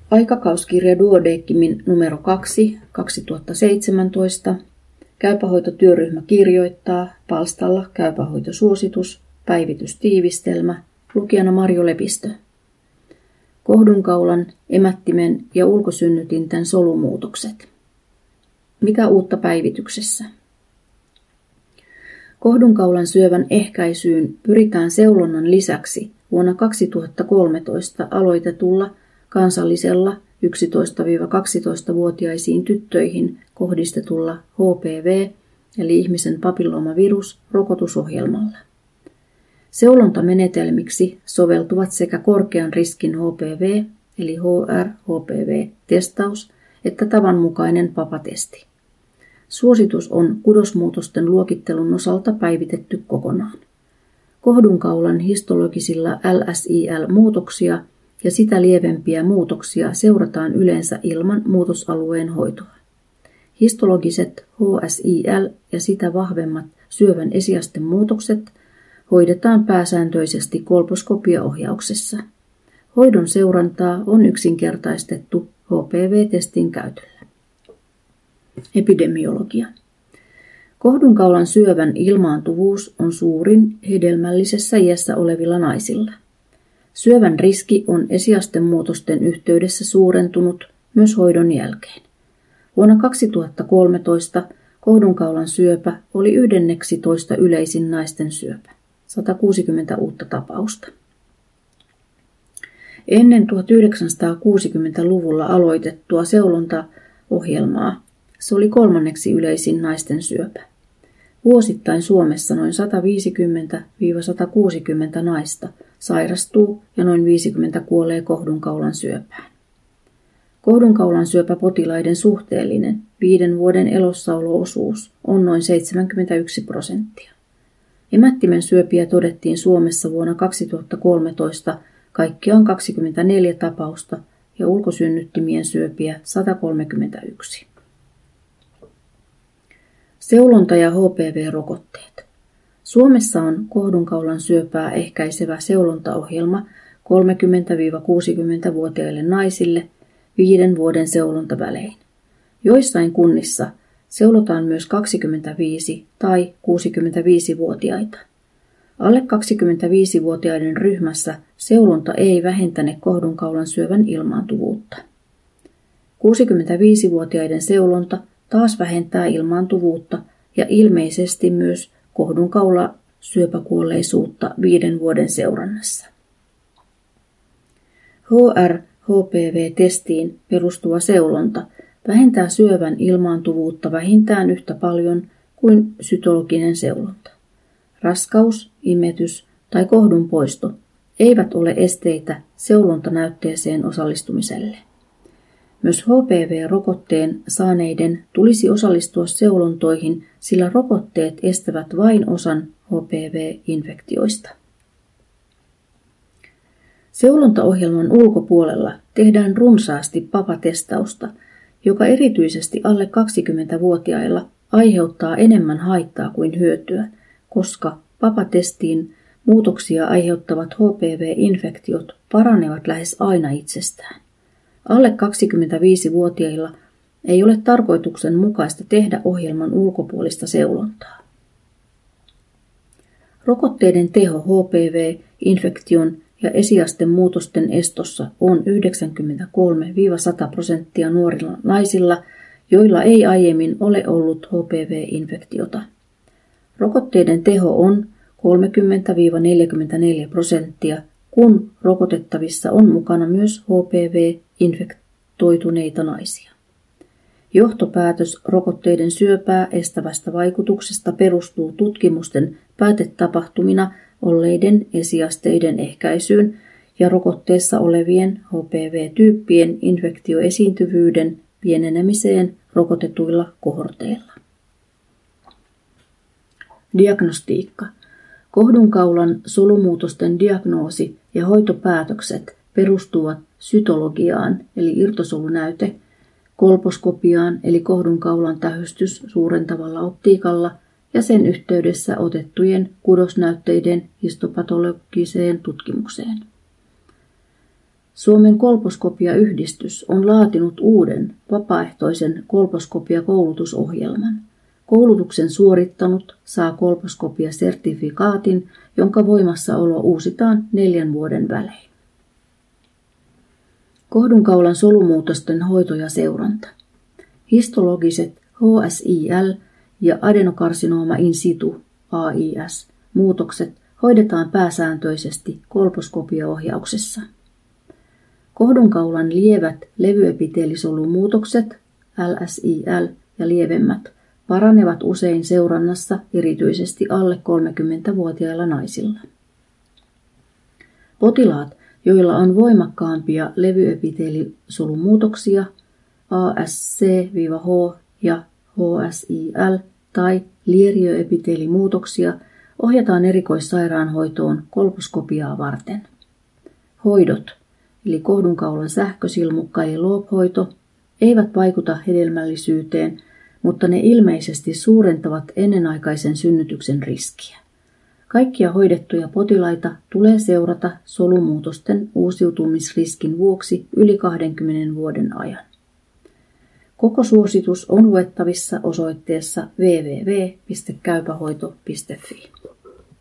Aikakauskirja Duodecimin numero 2, 2017. Käypähoitotyöryhmä kirjoittaa palstalla Käypähoitosuositus, päivitystiivistelmä, lukijana Marjo Lepistö. Kohdunkaulan, emättimen ja ulkosynnytinten solumuutokset. Mitä uutta päivityksessä? Kohdunkaulan syövän ehkäisyyn pyritään seulonnan lisäksi vuonna 2013 aloitetulla kansallisella 11-12-vuotiaisiin tyttöihin kohdistetulla HPV eli ihmisen papilloomavirus-rokotusohjelmalla. Seulontamenetelmiksi soveltuvat sekä korkean riskin HPV eli HR-HPV-testaus että tavanmukainen papatesti. Suositus on kudosmuutosten luokittelun osalta päivitetty kokonaan. Kohdunkaulan histologisilla LSIL-muutoksia ja sitä lievempiä muutoksia seurataan yleensä ilman muutosalueen hoitoa. Histologiset HSIL ja sitä vahvemmat syövän esiastemuutokset hoidetaan pääsääntöisesti kolposkopiaohjauksessa. Hoidon seurantaa on yksinkertaistettu HPV-testin käytöllä. Epidemiologia. Kohdunkaulan syövän ilmaantuvuus on suurin hedelmällisessä iässä olevilla naisilla. Syövän riski on esiastemuutosten yhteydessä suurentunut myös hoidon jälkeen. Vuonna 2013 kohdunkaulan syöpä oli 11 yleisin naisten syöpä, 160 uutta tapausta. Ennen 1960-luvulla aloitettua seulontaohjelmaa se oli 3. yleisin naisten syöpä. Vuosittain Suomessa noin 150-160 naista sairastuu ja noin 50 kuolee kohdunkaulan syöpään. Kohdunkaulan syöpäpotilaiden suhteellinen 5 vuoden elossaolo-osuus on noin 71%. Emättimen syöpiä todettiin Suomessa vuonna 2013 kaikkiaan 24 tapausta ja ulkosynnyttimien syöpiä 131. Seulonta ja HPV-rokotteet. Suomessa on kohdunkaulan syöpää ehkäisevä seulontaohjelma 30-60-vuotiaille naisille 5 vuoden seulontavälein. Joissain kunnissa seulotaan myös 25- tai 65-vuotiaita. Alle 25-vuotiaiden ryhmässä seulonta ei vähentäne kohdunkaulan syövän ilmaantuvuutta. 65-vuotiaiden seulonta taas vähentää ilmaantuvuutta ja ilmeisesti myös kohdunkaula syöpäkuolleisuutta 5 vuoden seurannassa. HR-HPV-testiin perustuva seulonta vähentää syövän ilmaantuvuutta vähintään yhtä paljon kuin sytologinen seulonta. Raskaus, imetys tai kohdun poisto eivät ole esteitä seulontanäytteeseen osallistumiselle. Myös HPV-rokotteen saaneiden tulisi osallistua seulontoihin, sillä rokotteet estävät vain osan HPV-infektioista. Seulontaohjelman ulkopuolella tehdään runsaasti papatestausta, joka erityisesti alle 20-vuotiailla aiheuttaa enemmän haittaa kuin hyötyä, koska papatestiin muutoksia aiheuttavat HPV-infektiot paranevat lähes aina itsestään. Alle 25-vuotiailla ei ole tarkoituksenmukaista tehdä ohjelman ulkopuolista seulontaa. Rokotteiden teho HPV-infektion ja esiastemuutosten estossa on 93-100% nuorilla naisilla, joilla ei aiemmin ole ollut HPV-infektiota. Rokotteiden teho on 30-44%, kun rokotettavissa on mukana myös HPV-infektoituneita naisia. Johtopäätös rokotteiden syöpää estävästä vaikutuksesta perustuu tutkimusten päätetapahtumina olleiden esiasteiden ehkäisyyn ja rokotteessa olevien HPV-tyyppien infektioesiintyvyyden pienenemiseen rokotetuilla kohorteilla. Diagnostiikka. Kohdunkaulan solumuutosten diagnoosi ja hoitopäätökset perustuvat sytologiaan eli irtosolunäyte, kolposkopiaan eli kohdunkaulan tähystys suurentavalla optiikalla ja sen yhteydessä otettujen kudosnäytteiden histopatologiseen tutkimukseen. Suomen kolposkopiayhdistys on laatinut uuden vapaaehtoisen kolposkopiakoulutusohjelman. Koulutuksen suorittanut saa kolposkopiasertifikaatin, jonka voimassaolo uusitaan 4 vuoden välein. Kohdunkaulan solumuutosten hoito ja seuranta. Histologiset HSIL ja adenokarsinooma in situ AIS muutokset hoidetaan pääsääntöisesti kolposkopiaohjauksessa. Kohdunkaulan lievät levyepiteelisolumuutokset LSIL ja lievemmät paranevat usein seurannassa erityisesti alle 30-vuotiailla naisilla. Potilaat, joilla on voimakkaampia levyepiteelisolumuutoksia ASC-H ja HSIL tai lieriöepiteelimuutoksia, ohjataan erikoissairaanhoitoon kolposkopiaa varten. Hoidot, eli kohdunkaulan sähkösilmukka eli LOB-hoito, eivät vaikuta hedelmällisyyteen, mutta ne ilmeisesti suurentavat ennenaikaisen synnytyksen riskiä. Kaikkia hoidettuja potilaita tulee seurata solumuutosten uusiutumisriskin vuoksi yli 20 vuoden ajan. Koko suositus on luettavissa osoitteessa www.käypähoito.fi.